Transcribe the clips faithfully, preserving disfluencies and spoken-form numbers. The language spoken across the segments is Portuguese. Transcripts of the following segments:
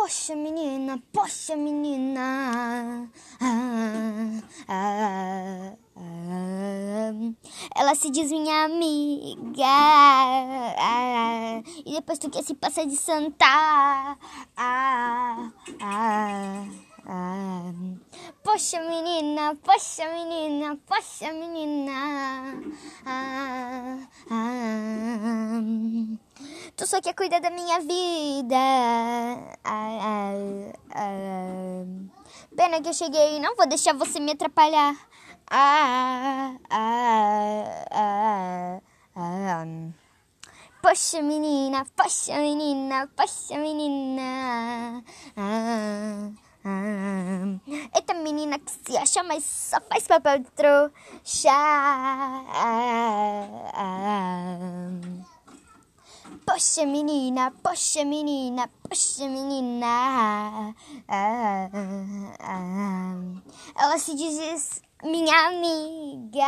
Poxa menina, poxa menina, ah, ah, ah. Ela se diz minha amiga, ah, e depois tu quer se passar de santa, ah, ah, ah. Poxa menina, poxa menina, poxa menina, ah, ah. Tu só quer cuidar da minha vida. Ah, ah, ah. Pena que eu cheguei, não vou deixar você me atrapalhar. Ah, ah, ah, ah. Poxa menina, poxa menina, poxa menina. Ah, ah. Eita menina que se acha, mas só faz papel de trouxa. Ah, ah. Poxa menina, poxa menina, poxa menina, ah, ah. Ela se diz minha amiga,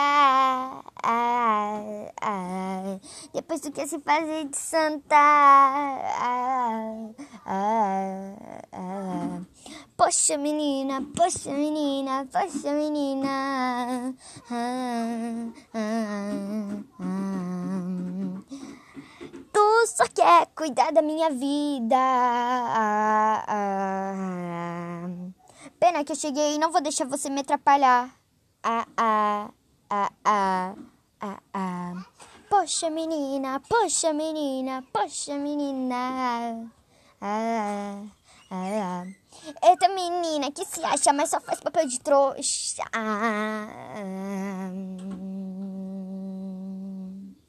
ah, ah. Depois tu quer se fazer de santa, ah, ah, ah. Poxa menina, poxa menina, poxa menina, ah, ah, ah. Tu só quer cuidar da minha vida. Ah, ah. Pena que eu cheguei e não vou deixar você me atrapalhar. Ah, ah, ah, ah, ah, ah. Poxa menina, poxa menina, poxa menina. Ah, ah. Eita menina que se acha, mas só faz papel de trouxa. Ah, ah.